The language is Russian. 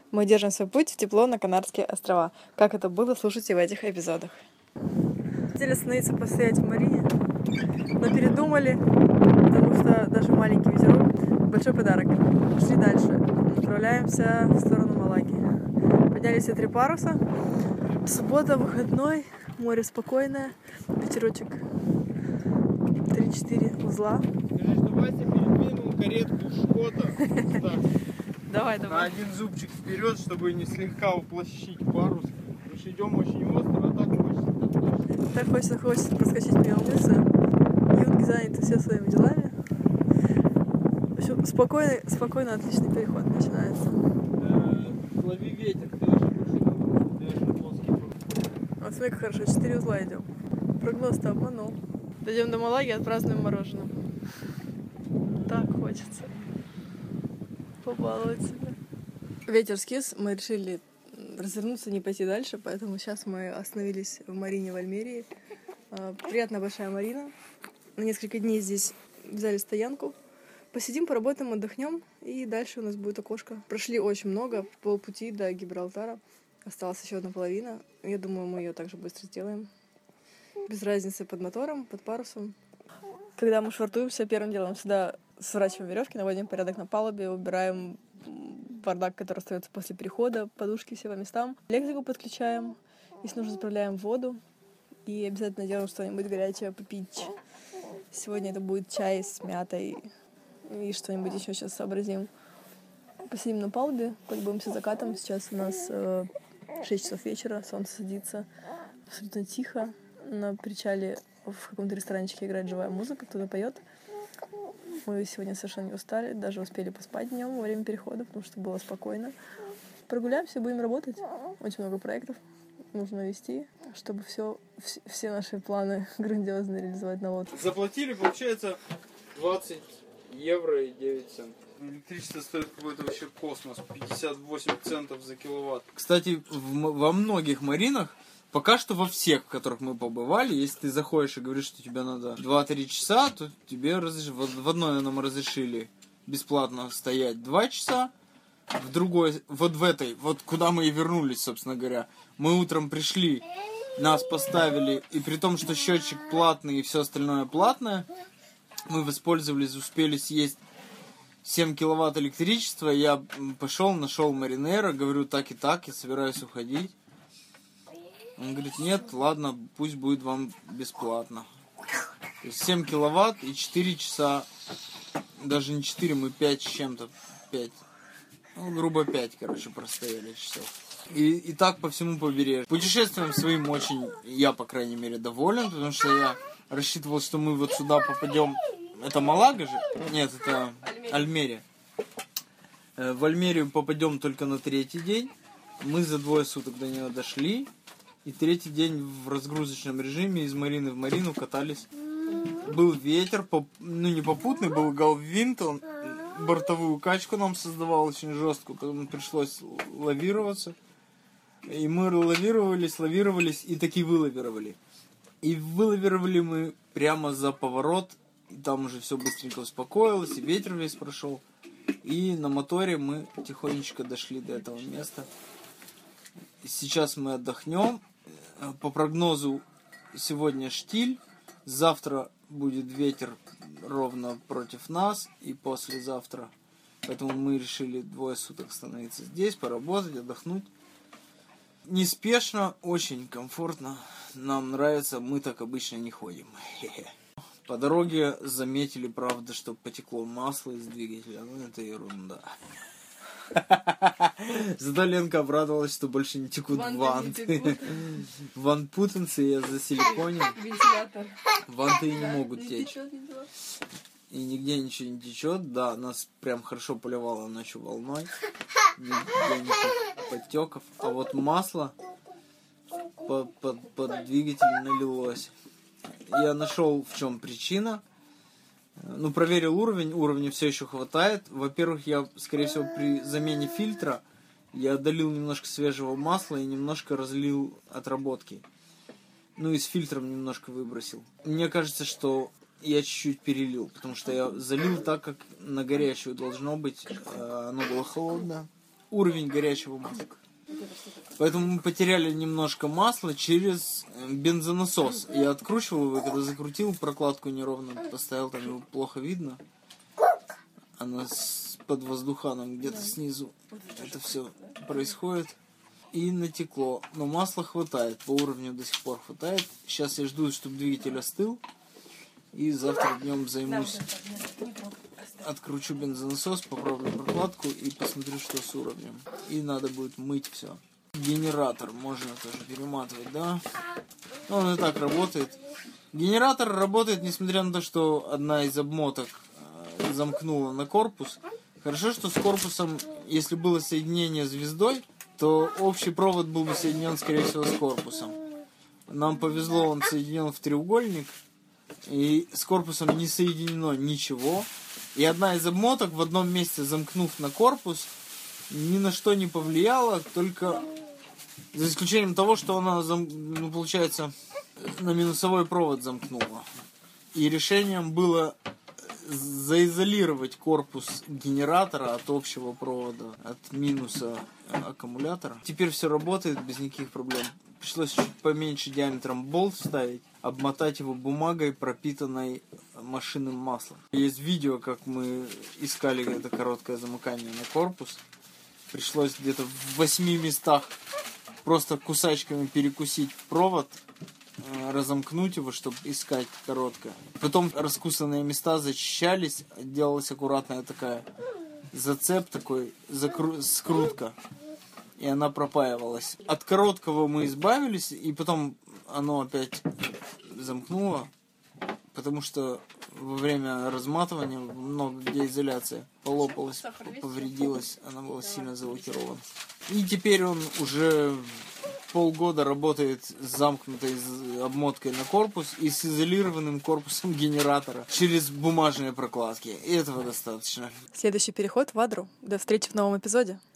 Мы держим свой путь в тепло на Канарские острова. Как это было, слушайте в этих эпизодах. Хотели остановиться постоять в Марине, но передумали, потому что даже маленький ветерок — большой подарок. Пошли дальше. Направляемся в сторону Малаги. Поднялись все 3 паруса. Суббота, выходной, море спокойное, ветерочек 3-4 узла. Скажи, что Вася передвинул каретку Шкода. Давай. На один зубчик вперед, чтобы не слегка уплощить парус. Потому что идем очень остро, а так хочется. Хочется проскочить мимо мыса. Юнги заняты все своими делами. В общем, спокойно, отличный переход начинается. Лови ветер, ты очень плоский. Вот смотри, как хорошо, 4 узла идем. Прогноз-то обманул. Дойдем до Малаги, отпразднуем мороженым. Так хочется побаловать себя. Ветер скис, мы решили развернуться, не пойти дальше, поэтому сейчас мы остановились в Марине в Альмерии. Приятная большая марина. На несколько дней здесь взяли стоянку. Посидим, поработаем, отдохнем, и дальше у нас будет окошко. Прошли очень много, полпути до Гибралтара. Осталась еще одна половина. Я думаю, мы ее также быстро сделаем. Без разницы под мотором, под парусом. Когда мы швартуемся, первым делом всегда сворачиваем веревки, наводим порядок на палубе, убираем бардак, который остается после перехода, подушки все по местам. Электрику подключаем, если нужно, заправляем воду. И обязательно делаем что-нибудь горячее попить. Сегодня это будет чай с мятой и что-нибудь еще сейчас сообразим. Посидим на палубе, полюбуемся закатом. Сейчас у нас 6 часов вечера, солнце садится. Абсолютно тихо. На причале в каком-то ресторанчике играет живая музыка, кто-то поет. Мы сегодня совершенно не устали, даже успели поспать днем во время перехода, потому что было спокойно. Прогуляемся, будем работать. Очень много проектов нужно вести, чтобы все наши планы грандиозно реализовать на лодке. Заплатили, получается, 20 евро и 9 центов. Электричество стоит какой-то вообще космос. 58 центов за киловатт. Кстати, во многих маринах, пока что во всех, в которых мы побывали, если ты заходишь и говоришь, что тебе надо 2-3 часа, то тебе в одной нам разрешили бесплатно стоять 2 часа, в другой, вот в этой, вот куда мы и вернулись, собственно говоря. Мы утром пришли, нас поставили, и при том, что счетчик платный и все остальное платное, мы воспользовались, успели съесть 7 киловатт электричества. Я пошел, нашел маринера, говорю, так и так, я собираюсь уходить. Он говорит, нет, ладно, пусть будет вам бесплатно. То есть 7 киловатт и 4 часа, даже не 4, мы 5 с чем-то, 5, ну, грубо 5, короче, простояли часов. И так по всему побережью. Путешествием своим очень, я, по крайней мере, доволен, потому что я рассчитывал, что мы вот сюда попадем. Это Малага же? Нет, это Альмерия. В Альмерию попадем только на 3-й день. Мы за 2 суток до нее дошли. И 3-й день в разгрузочном режиме из марины в марину катались. Был ветер, ну не попутный, был галвинт, он бортовую качку нам создавал очень жесткую, поэтому пришлось лавироваться. И мы лавировались и таки вылавировали. И вылавировали мы прямо за поворот, и там уже все быстренько успокоилось, и ветер весь прошел. И на моторе мы тихонечко дошли до этого места. Сейчас мы отдохнем. По прогнозу сегодня штиль, завтра будет ветер ровно против нас и послезавтра. Поэтому мы решили 2 суток остановиться здесь, поработать, отдохнуть. Неспешно, очень комфортно. Нам нравится, мы так обычно не ходим. По дороге заметили, правда, что потекло масло из двигателя. Ну, это ерунда. Зато Ленка обрадовалась, что больше не текут ванты. Ванпутенцы я засиликонил. Вентилятор. Ванты не могут течь. И нигде ничего не течет. Да, нас прям хорошо поливало ночью волной. Нигде никаких подтеков. А вот масло под двигатель налилось. Я нашел, в чем причина. Ну, проверил уровня все еще хватает. Во-первых, я, скорее всего, при замене фильтра я долил немножко свежего масла и немножко разлил отработки. Ну, и с фильтром немножко выбросил. Мне кажется, что я чуть-чуть перелил, потому что я залил так, как на горячую должно быть. Оно было холодное. уровень горячего масла. Поэтому мы потеряли немножко масла через бензонасос. Я откручивал его, когда закрутил, прокладку неровно поставил, там его плохо видно. Она под воздуханом где-то снизу. Это все происходит. И натекло. Но масла хватает, по уровню до сих пор хватает. Сейчас я жду, чтобы двигатель остыл. И завтра днем займусь. Откручу бензонасос, поправлю прокладку и посмотрю, что с уровнем. И надо будет мыть все. Генератор можно тоже перематывать, да? Он и так работает. Генератор работает, несмотря на то, что одна из обмоток замкнула на корпус. Хорошо, что с корпусом, если было соединение с звездой, то общий провод был бы соединен, скорее всего, с корпусом. Нам повезло, он соединен в треугольник, и с корпусом не соединено ничего. И одна из обмоток, в одном месте замкнув на корпус, ни на что не повлияла, только за исключением того, что она, получается, на минусовой провод замкнула. И решением было заизолировать корпус генератора от общего провода, от минуса аккумулятора. Теперь все работает без никаких проблем. Пришлось чуть поменьше диаметром болт вставить, обмотать его бумагой, пропитанной машинным маслом. Есть видео, как мы искали это короткое замыкание на корпус. Пришлось где-то в 8 местах просто кусачками перекусить провод, разомкнуть его, чтобы искать короткое. Потом раскусанные места зачищались, делалась аккуратная такая зацеп, такой скрутка, и она пропаивалась. От короткого мы избавились, и потом оно опять замкнуло, потому что во время разматывания много где изоляция полопалась, повредилась, она была сильно залакирована. И теперь он уже полгода работает с замкнутой обмоткой на корпус и с изолированным корпусом генератора через бумажные прокладки. И этого достаточно. Следующий переход в Адру. До встречи в новом эпизоде.